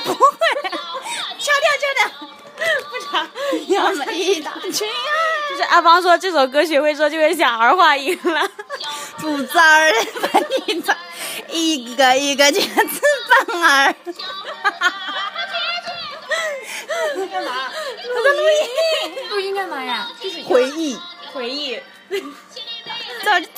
不会，敲掉，不长，要么一大群儿。 就是阿芳说这首歌学会之后就会想儿化音了。 不字儿把你字一个一个夹字棒儿。 干嘛？ 我在录音。 录音干嘛呀？就是回忆。字儿。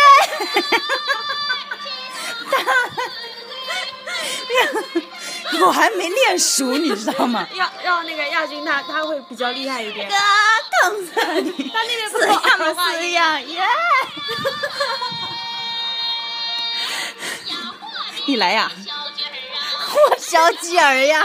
我还没练熟，你知道吗？ 要那个亚军他会比较厉害一点。 哥，痛死你！ 他那边四样嘛四样耶！你来呀！我小鸡儿呀！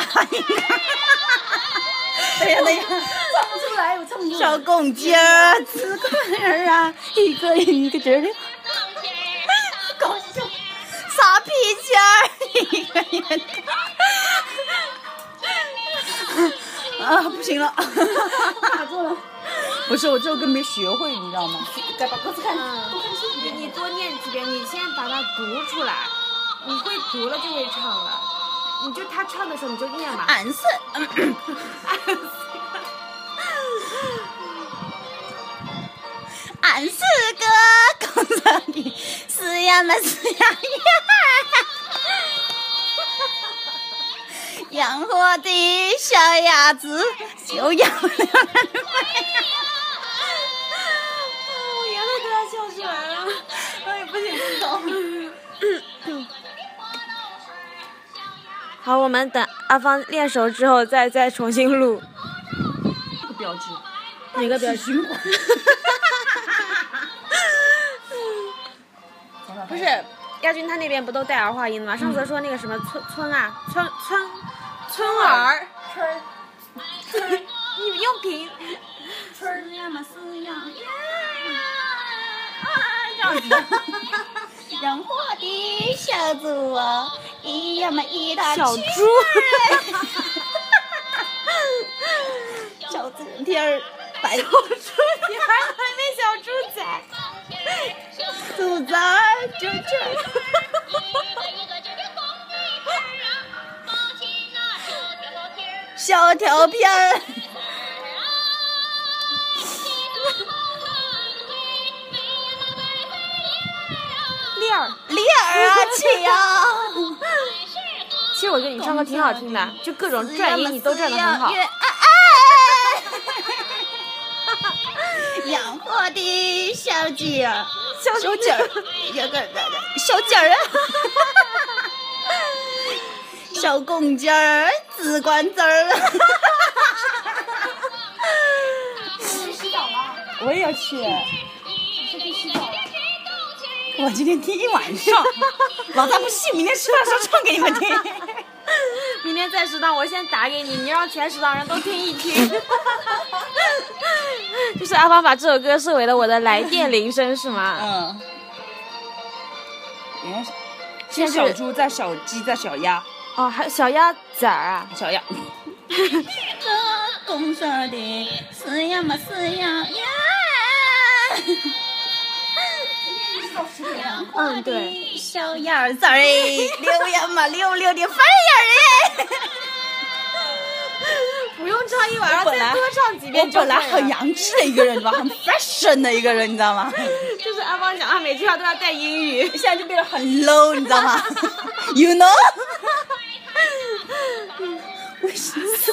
等一下， 唱不出来，我唱不出来。 小公鸡儿，自个儿啊，一个一个劲儿的。搞笑。傻皮筋儿，一个一个。啊，不行了， 卡住了。 不是，我这首歌没学会，你知道吗？ 再把歌词看，多看几遍。你多念几遍，你先把它读出来，你会读了就会唱了。你就他唱的时候你就念嘛。 俺是，俺是个工作的，是呀嘛是呀养活的小鸭子就养了人我眼泪都要笑出来了。 哎，不行， 好，我们等阿芳练熟之后再重新录。 这个标志， 哪个标志？ 循环。 不是，亚军他那边不都带儿化音的吗？上次说那个什么村儿，你用平。 春呀嘛是呀，这样子。养活的小猪啊，一呀嘛一大小猪。 小猪蹄儿，白小猪蹄儿还没小猪仔。 猪仔就这。小条片儿。丽儿啊，亲呀！ 其实我觉得你唱歌挺好听的，就各种转音你都转得很好。 养活的小鸡儿， 小鸡儿，有个小鸡儿啊，小公鸡儿，自管子儿。 去洗澡了。 我也要去。 我去洗澡了。 我今天听一晚上，老大不信，明天吃饭时候唱给你们听。 明天在食堂，我先打给你，你让全食堂人都听一听。就是阿芳把这首歌设为了我的来电铃声，是吗？ 嗯。原来是先小猪，再小鸡，再小鸭。 哦，还有小鸭仔儿啊。 小鸭。公社的是呀嘛是呀呀。 嗯，对。 小鸭儿子儿，溜呀嘛溜溜的翻眼儿。 不用唱一晚上，再多唱几遍就本来很洋气的一个人，对吧？很 fashion 的一个人，你知道吗？ 就是阿芳讲，他每句话都要带英语， 现在就变得很 low， 你知道吗 ？You know？ 我心思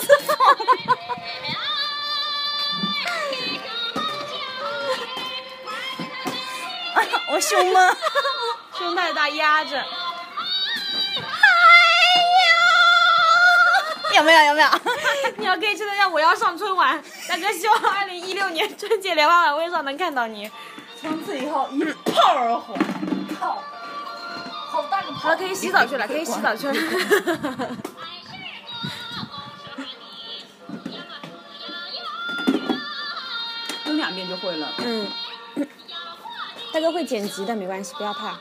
哎呀，我胸吗？ 胸太大压着。 有没有？ 你要可以记得让我要上春晚，大家希望2016年春节联欢晚会上能看到你。 从此以后一炮而红。靠！好大个炮！ 好了，可以洗澡去了，可以洗澡去了。 读2遍就会了。 嗯。大哥会剪辑的，没关系，不要怕。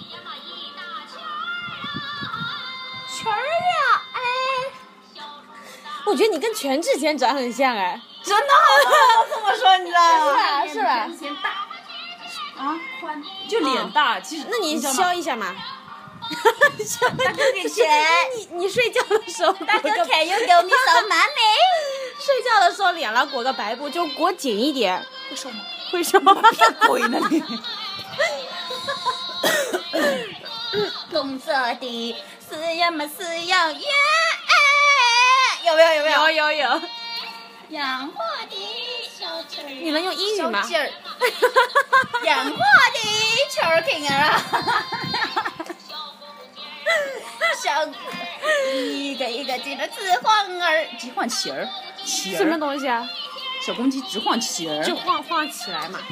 圈儿呀，哎！ 我觉得你跟全智贤长很像哎。 真的好这么说，你知道吗？ 是吧？ 啊，宽就脸大，其实那你削一下嘛。 大哥给钱。 你睡觉的时候， 大哥看有给我们扫妈没？ 睡觉的时候脸上裹个白布，就裹紧一点。 会瘦吗？ 会瘦。 骗鬼呢你！红色的饲养嘛饲养员，有没有？ 有。 养活的小鸡儿， 你能用英语吗？ 小鸡儿，养活的小鸡儿啊！小一个一个鸡的直晃儿，直晃旗儿， 什么东西啊？ 小公鸡直晃旗儿， 就晃起来嘛。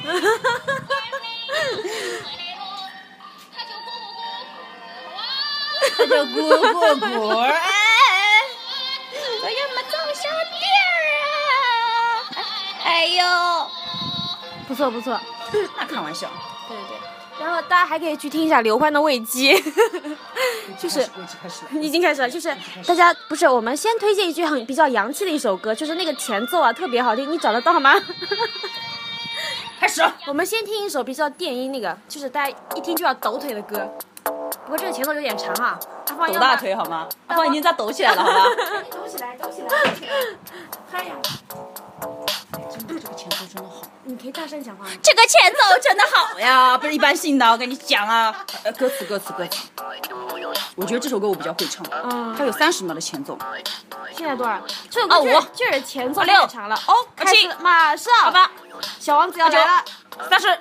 它就咕咕咕儿，我要么走小店儿啊！哎呦， 不错。 那开玩笑。 对。然后大家还可以去听一下刘欢的《喂鸡》，就是已经开始了，就是大家不是我们先推荐一句比较洋气的一首歌，就是那个前奏啊特别好听，你找得到吗？ 开始。 我们先听一首比较电音那个，就是大家一听就要抖腿的歌。不过这个前奏有点长啊，阿芳抖大腿好吗？阿芳已经在抖起来了，好吧？ 抖起来！嗨呀！ 这个前奏真的好。 你可以大声讲话吗？ 这个前奏真的好呀，不是一般性的，我跟你讲啊。歌词。我觉得这首歌我比较会唱。它有30秒的前奏。 现在多少？这首歌就是前奏太长了。开始马上。 好吧。 小王子要来了。 30。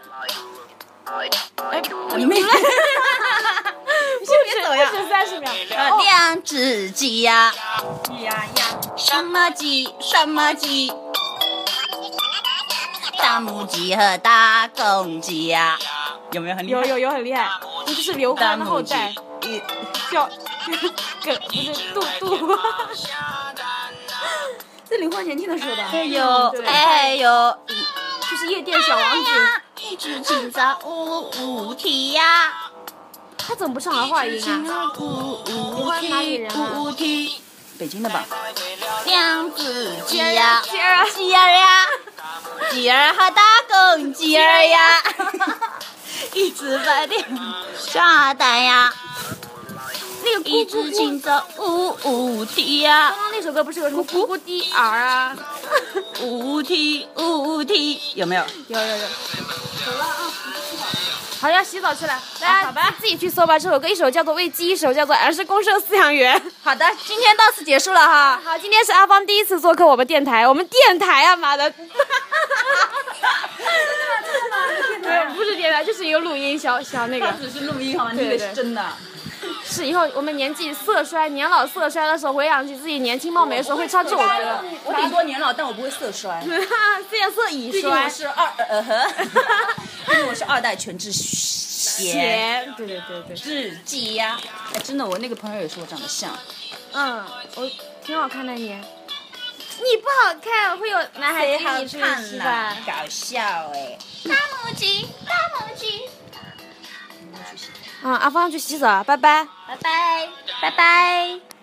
你妹！你先别走呀。 是30秒。 两只鸡呀，什么鸡？大母鸡和大公鸡呀，有没有很厉害？ 有很厉害。这是刘欢的后代。叫不是杜。这刘欢年轻的时候的。 哎呦， 就是夜店小王子。 一只青草呜啼呀， 他怎么不上儿化音啊？ 呜哪里人啊？ 北京的吧。两只鸡呀，鸡儿和大公鸡儿呀，一只白的下蛋呀，一只青草呜啼呀。 刚刚那首歌不是有什么咕咕滴儿啊？ 呜啼，有没有？ 有。走了啊！好，要洗澡去了，大家自己去搜吧。这首歌一首叫做《喂鸡》，一首叫做《儿是公社饲养员》。 好的，今天到此结束了哈。 好，今天是阿芳第一次做客我们电台，我们电台啊，妈的！真的吗？不是电台，就是一个录音小那个。 只是录音好吗？那个是真的。 是以后我们年老色衰的时候，回想起自己年轻貌美的时候，会唱这首歌。 我顶多年老，但我不会色衰。 色已衰。 毕竟我是毕竟我是2代全智贤。 对。 智鸡呀！真的，我那个朋友也说我长得像。 我挺好看的你。你不好看，会有男孩子跟你出去吃饭。 搞笑哎！大母鸡。 阿芳去洗澡，拜拜。 拜拜。